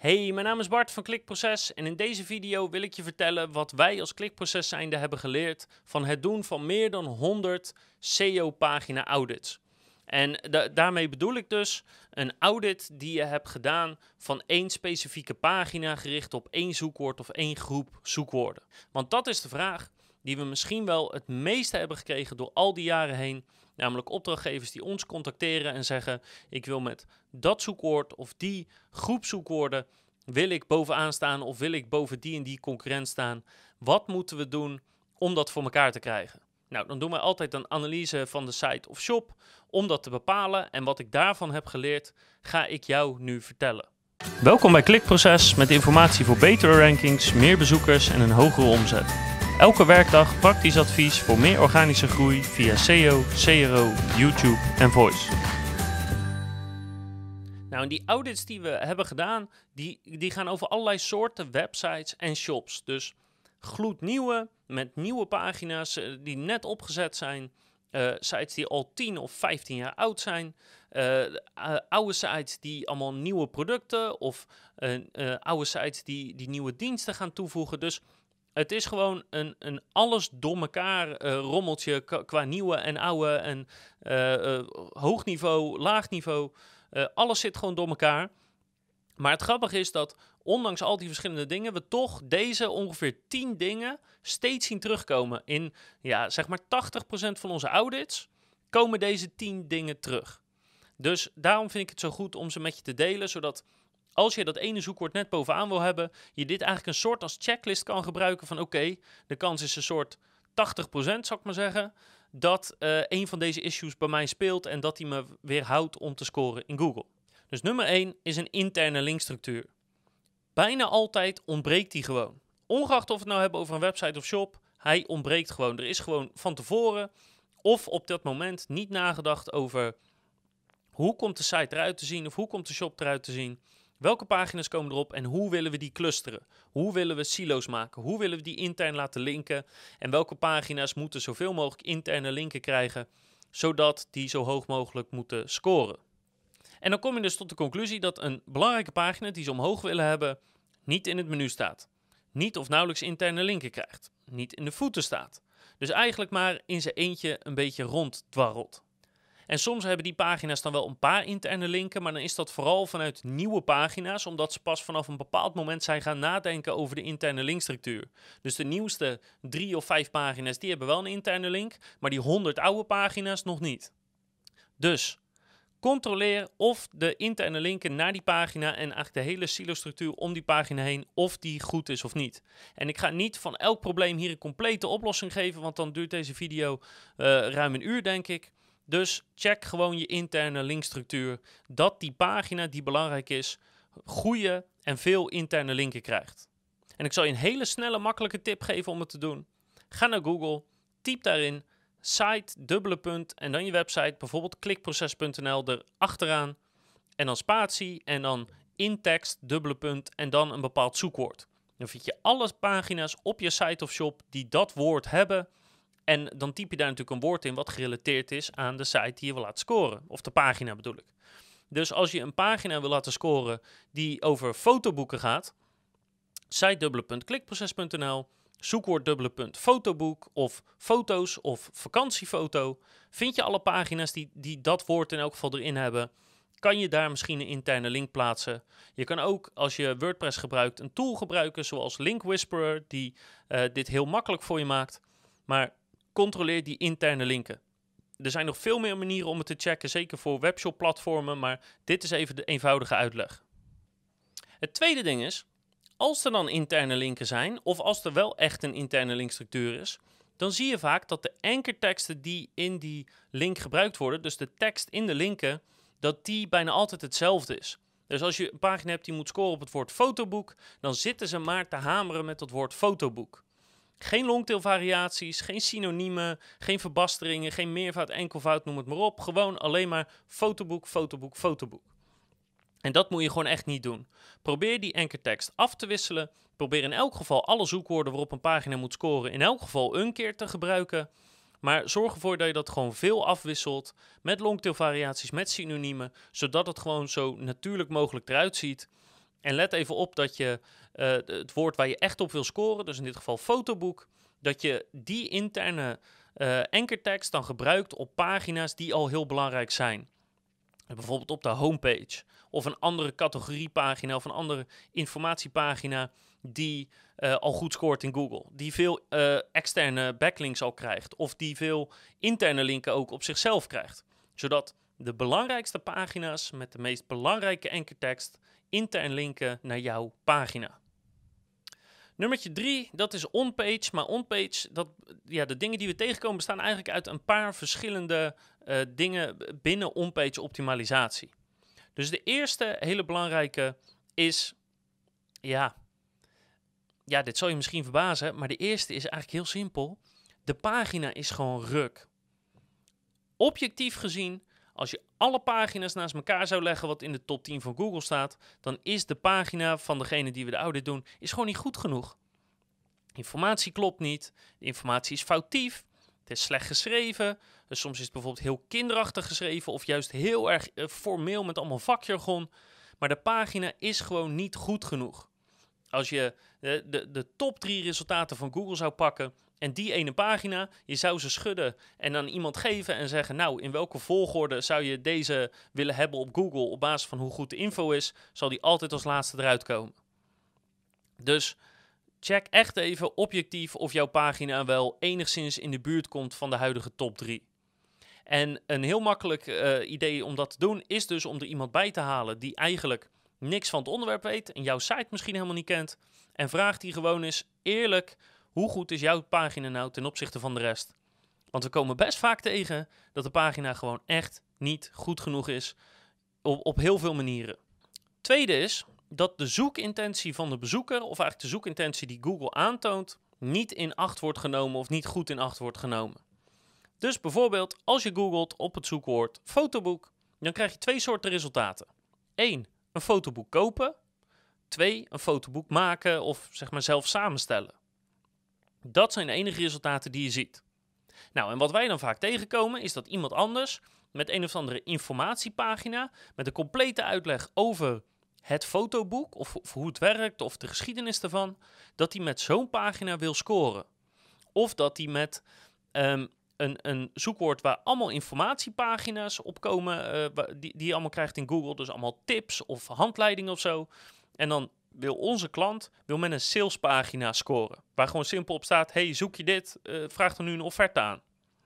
Hey, mijn naam is Bart van Klikproces en in deze video wil ik je vertellen wat wij als Klikproces zijnde hebben geleerd van het doen van meer dan 100 SEO-pagina audits. En daarmee bedoel ik dus een audit die je hebt gedaan van één specifieke pagina gericht op één zoekwoord of één groep zoekwoorden. Want dat is de vraag die we misschien wel het meeste hebben gekregen door al die jaren heen. Namelijk opdrachtgevers die ons contacteren en zeggen: ik wil met dat zoekwoord of die groep zoekwoorden wil ik bovenaan staan of wil ik boven die en die concurrent staan. Wat moeten we doen om dat voor elkaar te krijgen? Nou, dan doen we altijd een analyse van de site of shop om dat te bepalen. En wat ik daarvan heb geleerd, ga ik jou nu vertellen. Welkom bij Klikproces met informatie voor betere rankings, meer bezoekers en een hogere omzet. Elke werkdag praktisch advies voor meer organische groei via SEO, CRO, YouTube en Voice. Nou, en die audits die we hebben gedaan, die gaan over allerlei soorten websites en shops. Dus gloednieuwe, met nieuwe pagina's die net opgezet zijn. Sites die al 10 of 15 jaar oud zijn. Oude sites die allemaal nieuwe producten of oude sites die nieuwe diensten gaan toevoegen. Dus het is gewoon een alles door elkaar rommeltje qua nieuwe en oude en hoog niveau, laag niveau. Alles zit gewoon door elkaar. Maar het grappige is dat ondanks al die verschillende dingen we toch deze ongeveer 10 dingen steeds zien terugkomen. In zeg maar 80% van onze audits komen deze 10 dingen terug. Dus daarom vind ik het zo goed om ze met je te delen, zodat als je dat ene zoekwoord net bovenaan wil hebben, je dit eigenlijk een soort als checklist kan gebruiken van oké, de kans is een soort 80%, zou ik maar zeggen, dat een van deze issues bij mij speelt en dat die me weerhoudt om te scoren in Google. Dus nummer 1 is een interne linkstructuur. Bijna altijd ontbreekt die gewoon. Ongeacht of we het nou hebben over een website of shop, hij ontbreekt gewoon. Er is gewoon van tevoren of op dat moment niet nagedacht over hoe komt de site eruit te zien of hoe komt de shop eruit te zien. Welke pagina's komen erop en hoe willen we die clusteren? Hoe willen we silo's maken? Hoe willen we die intern laten linken? En welke pagina's moeten zoveel mogelijk interne linken krijgen, zodat die zo hoog mogelijk moeten scoren? En dan kom je dus tot de conclusie dat een belangrijke pagina die ze omhoog willen hebben, niet in het menu staat. Niet of nauwelijks interne linken krijgt. Niet in de footer staat. Dus eigenlijk maar in zijn eentje een beetje ronddwarrelt. En soms hebben die pagina's dan wel een paar interne linken, maar dan is dat vooral vanuit nieuwe pagina's, omdat ze pas vanaf een bepaald moment zijn gaan nadenken over de interne linkstructuur. Dus de nieuwste 3 of 5 pagina's, die hebben wel een interne link, maar die 100 oude pagina's nog niet. Dus controleer of de interne linken naar die pagina en eigenlijk de hele silo-structuur om die pagina heen, of die goed is of niet. En ik ga niet van elk probleem hier een complete oplossing geven, want dan duurt deze video ruim een uur, denk ik. Dus check gewoon je interne linkstructuur, dat die pagina die belangrijk is, goede en veel interne linken krijgt. En ik zal je een hele snelle, makkelijke tip geven om het te doen. Ga naar Google, typ daarin site, dubbele punt en dan je website, bijvoorbeeld klikproces.nl erachteraan en dan spatie en dan in tekst, dubbele punt en dan een bepaald zoekwoord. Dan vind je alle pagina's op je site of shop die dat woord hebben. En dan typ je daar natuurlijk een woord in wat gerelateerd is aan de site die je wil laten scoren. Of de pagina bedoel ik. Dus als je een pagina wil laten scoren die over fotoboeken gaat, site:/klikproces.nl, zoekwoord: fotoboek of foto's of vakantiefoto. Vind je alle pagina's die dat woord in elk geval erin hebben, kan je daar misschien een interne link plaatsen. Je kan ook, als je WordPress gebruikt, een tool gebruiken zoals Link Whisperer, die dit heel makkelijk voor je maakt. Maar controleer die interne linken. Er zijn nog veel meer manieren om het te checken, zeker voor webshop-platformen, maar dit is even de eenvoudige uitleg. Het tweede ding is, als er dan interne linken zijn, of als er wel echt een interne linkstructuur is, dan zie je vaak dat de ankerteksten die in die link gebruikt worden, dus de tekst in de linken, dat die bijna altijd hetzelfde is. Dus als je een pagina hebt die moet scoren op het woord fotoboek, dan zitten ze maar te hameren met het woord fotoboek. Geen longtail variaties, geen synoniemen, geen verbasteringen, geen meervoud, enkelvoud, noem het maar op. Gewoon alleen maar fotoboek, fotoboek, fotoboek. En dat moet je gewoon echt niet doen. Probeer die ankertekst af te wisselen. Probeer in elk geval alle zoekwoorden waarop een pagina moet scoren in elk geval een keer te gebruiken. Maar zorg ervoor dat je dat gewoon veel afwisselt met longtail variaties, met synoniemen, zodat het gewoon zo natuurlijk mogelijk eruit ziet. En let even op dat je het woord waar je echt op wil scoren, dus in dit geval fotoboek, dat je die interne ankertekst dan gebruikt op pagina's die al heel belangrijk zijn. Bijvoorbeeld op de homepage of een andere categoriepagina of een andere informatiepagina die al goed scoort in Google. Die veel externe backlinks al krijgt of die veel interne linken ook op zichzelf krijgt. Zodat de belangrijkste pagina's met de meest belangrijke ankertekst intern linken naar jouw pagina. Nummertje 3, dat is onpage. Maar onpage, de dingen die we tegenkomen bestaan eigenlijk uit een paar verschillende dingen binnen onpage optimalisatie. Dus de eerste hele belangrijke is, dit zal je misschien verbazen, maar de eerste is eigenlijk heel simpel. De pagina is gewoon ruk. Objectief gezien, als je alle pagina's naast elkaar zou leggen wat in de top 10 van Google staat, dan is de pagina van degene die we de audit doen, is gewoon niet goed genoeg. Informatie klopt niet, de informatie is foutief, het is slecht geschreven, dus soms is het bijvoorbeeld heel kinderachtig geschreven of juist heel erg formeel met allemaal vakjargon, maar de pagina is gewoon niet goed genoeg. Als je de top 3 resultaten van Google zou pakken en die ene pagina, je zou ze schudden en aan iemand geven en zeggen, nou, in welke volgorde zou je deze willen hebben op Google op basis van hoe goed de info is, zal die altijd als laatste eruit komen. Dus check echt even objectief of jouw pagina wel enigszins in de buurt komt van de huidige top 3. En een heel makkelijk idee om dat te doen is dus om er iemand bij te halen die eigenlijk niks van het onderwerp weet en jouw site misschien helemaal niet kent. En vraag die gewoon eens eerlijk, hoe goed is jouw pagina nou ten opzichte van de rest? Want we komen best vaak tegen dat de pagina gewoon echt niet goed genoeg is op heel veel manieren. Tweede is dat de zoekintentie van de bezoeker, of eigenlijk de zoekintentie die Google aantoont, niet in acht wordt genomen of niet goed in acht wordt genomen. Dus bijvoorbeeld, als je googelt op het zoekwoord fotoboek, dan krijg je 2 soorten resultaten. 1, een fotoboek kopen. 2, een fotoboek maken of zeg maar zelf samenstellen. Dat zijn de enige resultaten die je ziet. Nou, en wat wij dan vaak tegenkomen is dat iemand anders met een of andere informatiepagina, met een complete uitleg over het fotoboek of hoe het werkt of de geschiedenis ervan, dat hij met zo'n pagina wil scoren. Of dat hij met een zoekwoord waar allemaal informatiepagina's op komen, die je allemaal krijgt in Google, dus allemaal tips of handleidingen of zo. En dan wil onze klant met een salespagina scoren, waar gewoon simpel op staat, hey, zoek je dit, vraag er nu een offerte aan.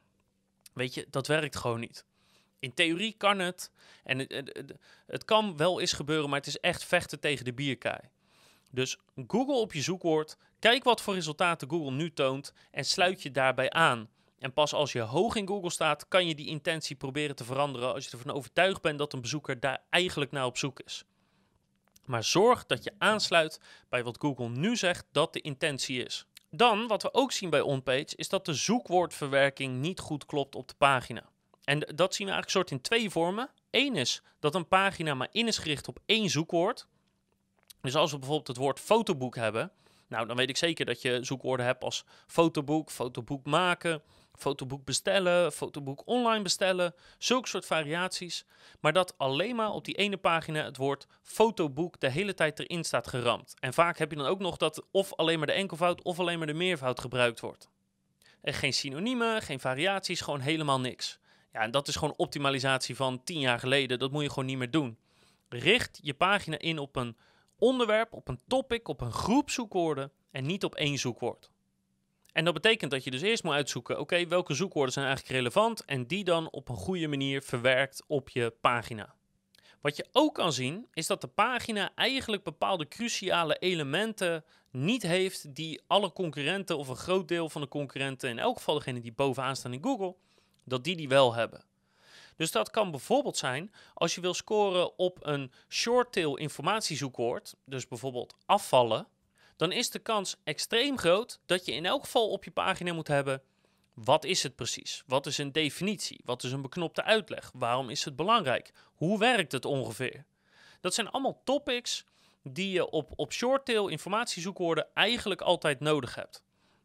Weet je, dat werkt gewoon niet. In theorie kan het, en het kan wel eens gebeuren, maar het is echt vechten tegen de bierkaai. Dus Google op je zoekwoord, kijk wat voor resultaten Google nu toont en sluit je daarbij aan. En pas als je hoog in Google staat, kan je die intentie proberen te veranderen als je ervan overtuigd bent dat een bezoeker daar eigenlijk naar op zoek is. Maar zorg dat je aansluit bij wat Google nu zegt dat de intentie is. Dan, wat we ook zien bij OnPage, is dat de zoekwoordverwerking niet goed klopt op de pagina. En dat zien we eigenlijk soort in 2 vormen. Eén is dat een pagina maar in is gericht op 1 zoekwoord. Dus als we bijvoorbeeld het woord fotoboek hebben, nou dan weet ik zeker dat je zoekwoorden hebt als fotoboek, fotoboek maken, fotoboek bestellen, fotoboek online bestellen, zulke soort variaties. Maar dat alleen maar op die ene pagina het woord fotoboek de hele tijd erin staat geramd. En vaak heb je dan ook nog dat of alleen maar de enkelvoud of alleen maar de meervoud gebruikt wordt. En geen synoniemen, geen variaties, gewoon helemaal niks. Ja, en dat is gewoon optimalisatie van 10 jaar geleden. Dat moet je gewoon niet meer doen. Richt je pagina in op een onderwerp, op een topic, op een groep zoekwoorden en niet op 1 zoekwoord. En dat betekent dat je dus eerst moet uitzoeken, oké, welke zoekwoorden zijn eigenlijk relevant en die dan op een goede manier verwerkt op je pagina. Wat je ook kan zien, is dat de pagina eigenlijk bepaalde cruciale elementen niet heeft die alle concurrenten of een groot deel van de concurrenten, in elk geval degene die bovenaan staan in Google, dat die wel hebben. Dus dat kan bijvoorbeeld zijn als je wil scoren op een short-tail informatiezoekwoord, dus bijvoorbeeld afvallen, dan is de kans extreem groot dat je in elk geval op je pagina moet hebben, wat is het precies? Wat is een definitie? Wat is een beknopte uitleg? Waarom is het belangrijk? Hoe werkt het ongeveer? Dat zijn allemaal topics die je op short-tail informatiezoekwoorden eigenlijk altijd nodig hebt.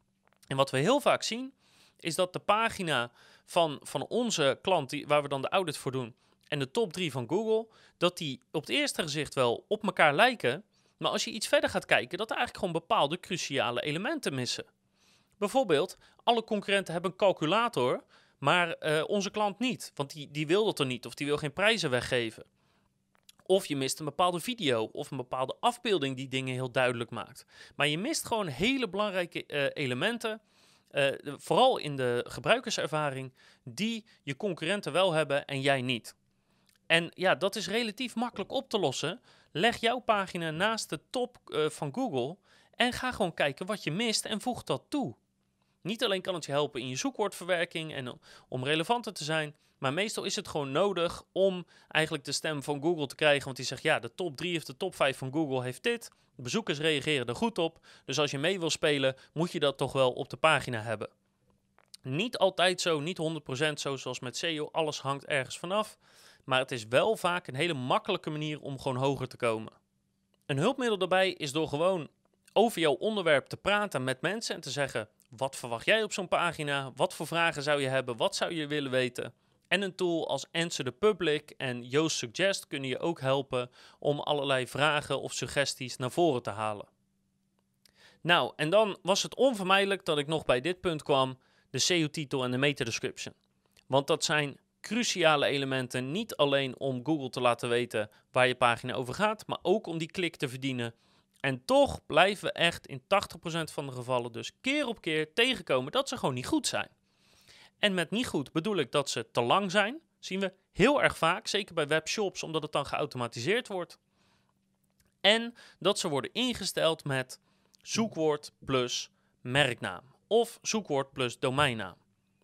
En wat we heel vaak zien, is dat de pagina van onze klant, waar we dan de audit voor doen, en de top 3 van Google, dat die op het eerste gezicht wel op elkaar lijken, Maar als je iets verder gaat kijken, dat er eigenlijk gewoon bepaalde cruciale elementen missen. Bijvoorbeeld, alle concurrenten hebben een calculator, maar onze klant niet. Want die wil dat er niet of die wil geen prijzen weggeven. Of je mist een bepaalde video of een bepaalde afbeelding die dingen heel duidelijk maakt. Maar je mist gewoon hele belangrijke elementen, vooral in de gebruikerservaring, die je concurrenten wel hebben en jij niet. En ja, dat is relatief makkelijk op te lossen. Leg jouw pagina naast de top van Google en ga gewoon kijken wat je mist en voeg dat toe. Niet alleen kan het je helpen in je zoekwoordverwerking en om relevanter te zijn, maar meestal is het gewoon nodig om eigenlijk de stem van Google te krijgen. Want die zegt, ja, de top 3 of de top 5 van Google heeft dit. De bezoekers reageren er goed op. Dus als je mee wil spelen, moet je dat toch wel op de pagina hebben. Niet altijd zo, niet 100% zo zoals met SEO. Alles hangt ergens vanaf. Maar het is wel vaak een hele makkelijke manier om gewoon hoger te komen. Een hulpmiddel daarbij is door gewoon over jouw onderwerp te praten met mensen en te zeggen, wat verwacht jij op zo'n pagina? Wat voor vragen zou je hebben? Wat zou je willen weten? En een tool als Answer the Public en Yoast Suggest kunnen je ook helpen om allerlei vragen of suggesties naar voren te halen. Nou, en dan was het onvermijdelijk dat ik nog bij dit punt kwam, de SEO-titel en de meta-description. Want dat zijn cruciale elementen, niet alleen om Google te laten weten waar je pagina over gaat, maar ook om die klik te verdienen. En toch blijven we echt in 80% van de gevallen dus keer op keer tegenkomen dat ze gewoon niet goed zijn. En met niet goed bedoel ik dat ze te lang zijn. Zien we heel erg vaak, zeker bij webshops, omdat het dan geautomatiseerd wordt. En dat ze worden ingesteld met zoekwoord plus merknaam of zoekwoord plus domeinnaam.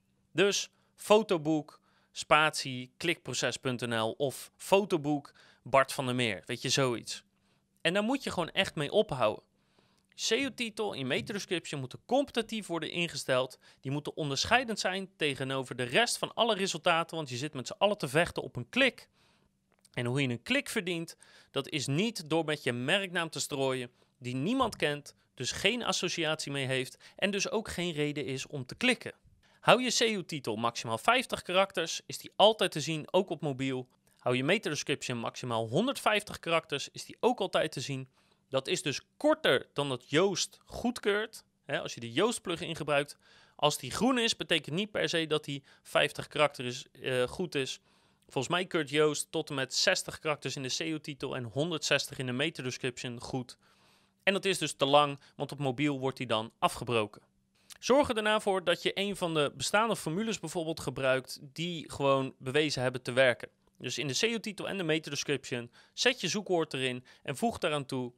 Dus fotoboek, spatie, klikproces.nl of fotoboek Bart van der Meer, weet je, zoiets. En daar moet je gewoon echt mee ophouden. SEO-titel en meta-description moeten competitief worden ingesteld. Die moeten onderscheidend zijn tegenover de rest van alle resultaten, want je zit met z'n allen te vechten op een klik. En hoe je een klik verdient, dat is niet door met je merknaam te strooien die niemand kent, dus geen associatie mee heeft en dus ook geen reden is om te klikken. Hou je SEO-titel maximaal 50 karakters, is die altijd te zien, ook op mobiel. Hou je meta-description maximaal 150 karakters, is die ook altijd te zien. Dat is dus korter dan dat Yoast goedkeurt. Als je de Yoast plugin gebruikt. Als die groen is, betekent niet per se dat die 50 karakters goed is. Volgens mij keurt Yoast tot en met 60 karakters in de SEO-titel en 160 in de meta-description goed. En dat is dus te lang, want op mobiel wordt die dan afgebroken. Zorg er daarna voor dat je een van de bestaande formules bijvoorbeeld gebruikt die gewoon bewezen hebben te werken. Dus in de SEO-titel en de meta-description zet je zoekwoord erin en voeg daaraan toe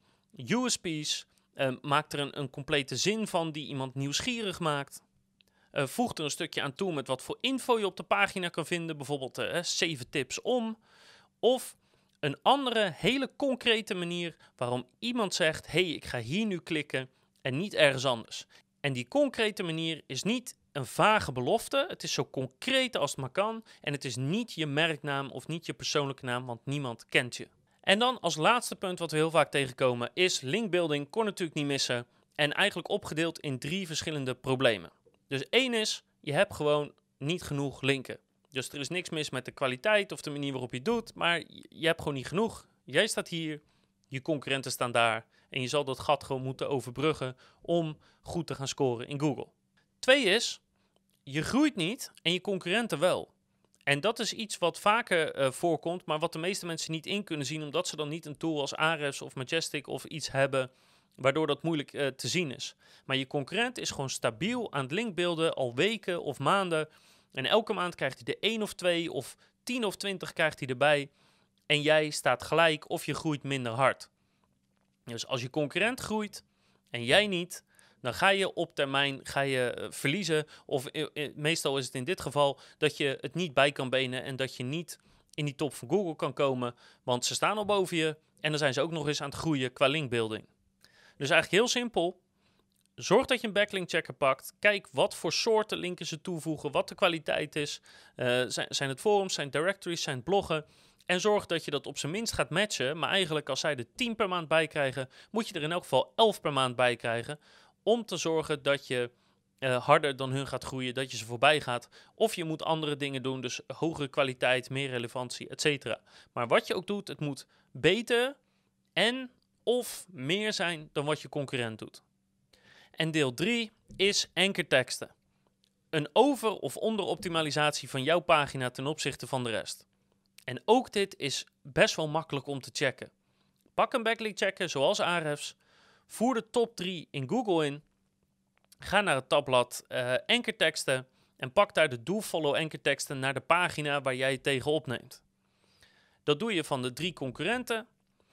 USP's. Maak er een complete zin van die iemand nieuwsgierig maakt. Voeg er een stukje aan toe met wat voor info je op de pagina kan vinden. Bijvoorbeeld 7 tips om. Of een andere hele concrete manier waarom iemand zegt, hey, ik ga hier nu klikken en niet ergens anders. En die concrete manier is niet een vage belofte. Het is zo concreet als het maar kan. En het is niet je merknaam of niet je persoonlijke naam, want niemand kent je. En dan als laatste punt wat we heel vaak tegenkomen is linkbuilding, kon natuurlijk niet missen. En eigenlijk opgedeeld in 3 verschillende problemen. Dus 1 is, je hebt gewoon niet genoeg linken. Dus er is niks mis met de kwaliteit of de manier waarop je het doet, maar je hebt gewoon niet genoeg. Jij staat hier, je concurrenten staan daar en je zal dat gat gewoon moeten overbruggen om goed te gaan scoren in Google. 2 is, je groeit niet en je concurrenten wel. En dat is iets wat vaker voorkomt, maar wat de meeste mensen niet in kunnen zien, omdat ze dan niet een tool als Ahrefs of Majestic of iets hebben, waardoor dat moeilijk te zien is. Maar je concurrent is gewoon stabiel aan het linkbeelden al weken of maanden. En elke maand krijgt hij er 1 of 2 of 10 of 20 krijgt hij erbij. En jij staat gelijk of je groeit minder hard. Dus als je concurrent groeit en jij niet, dan ga je op termijn verliezen. Of meestal is het in dit geval dat je het niet bij kan benen en dat je niet in die top van Google kan komen. Want ze staan al boven je en dan zijn ze ook nog eens aan het groeien qua linkbuilding. Dus eigenlijk heel simpel. Zorg dat je een backlink checker pakt. Kijk wat voor soorten linken ze toevoegen, wat de kwaliteit is. Zijn het forums, zijn het directories, zijn het bloggen. En zorg dat je dat op zijn minst gaat matchen. Maar eigenlijk als zij er 10 per maand bij krijgen, moet je er in elk geval 11 per maand bij krijgen. Om te zorgen dat je harder dan hun gaat groeien, dat je ze voorbij gaat. Of je moet andere dingen doen, dus hogere kwaliteit, meer relevantie, etc. Maar wat je ook doet, het moet beter en of meer zijn dan wat je concurrent doet. En deel 3 is ankerteksten. Een over- of onderoptimalisatie van jouw pagina ten opzichte van de rest. En ook dit is best wel makkelijk om te checken. Pak een backlink checker zoals Ahrefs. Voer de top 3 in Google in. Ga naar het tabblad ankerteksten. En pak daar de do-follow ankerteksten naar de pagina waar jij het tegen opneemt. Dat doe je van de 3 concurrenten.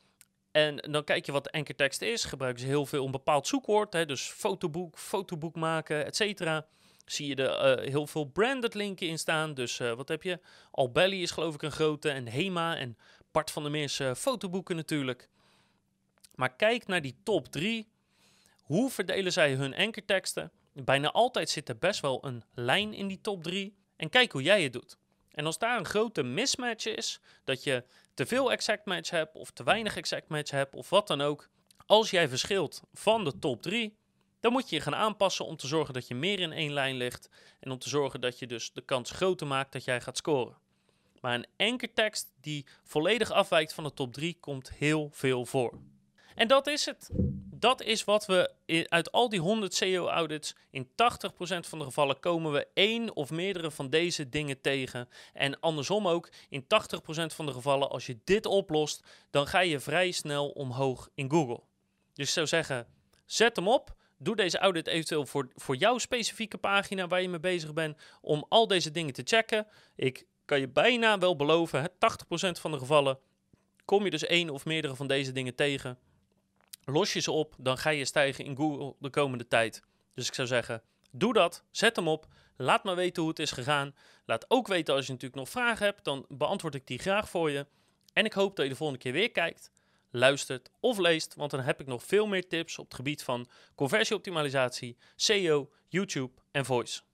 En dan kijk je wat de ankertekst is. Gebruiken ze heel veel een bepaald zoekwoord. Hè? Dus fotoboek maken, etc. Zie je er heel veel branded linken in staan. Dus wat heb je? Albelly is geloof ik een grote. En Hema en Bart van der Meers fotoboeken natuurlijk. Maar kijk naar die top 3. Hoe verdelen zij hun ankerteksten? Bijna altijd zit er best wel een lijn in die top 3. En kijk hoe jij het doet. En als daar een grote mismatch is, dat je te veel exact match hebt of te weinig exact match hebt of wat dan ook. Als jij verschilt van de top 3, dan moet je je gaan aanpassen om te zorgen dat je meer in één lijn ligt. En om te zorgen dat je dus de kans groter maakt dat jij gaat scoren. Maar een ankertekst die volledig afwijkt van de top 3 komt heel veel voor. En dat is het. Dat is wat we uit al die 100 SEO-audits, in 80% van de gevallen komen we één of meerdere van deze dingen tegen. En andersom ook, in 80% van de gevallen, als je dit oplost, dan ga je vrij snel omhoog in Google. Dus ik zou zeggen, zet hem op. Doe deze audit eventueel voor jouw specifieke pagina waar je mee bezig bent, om al deze dingen te checken. Ik kan je bijna wel beloven, 80% van de gevallen kom je dus één of meerdere van deze dingen tegen. Los je ze op, dan ga je stijgen in Google de komende tijd. Dus ik zou zeggen, doe dat, zet hem op, laat me weten hoe het is gegaan. Laat ook weten als je natuurlijk nog vragen hebt, dan beantwoord ik die graag voor je. En ik hoop dat je de volgende keer weer kijkt, luistert of leest, want dan heb ik nog veel meer tips op het gebied van conversieoptimalisatie, SEO, YouTube en Voice.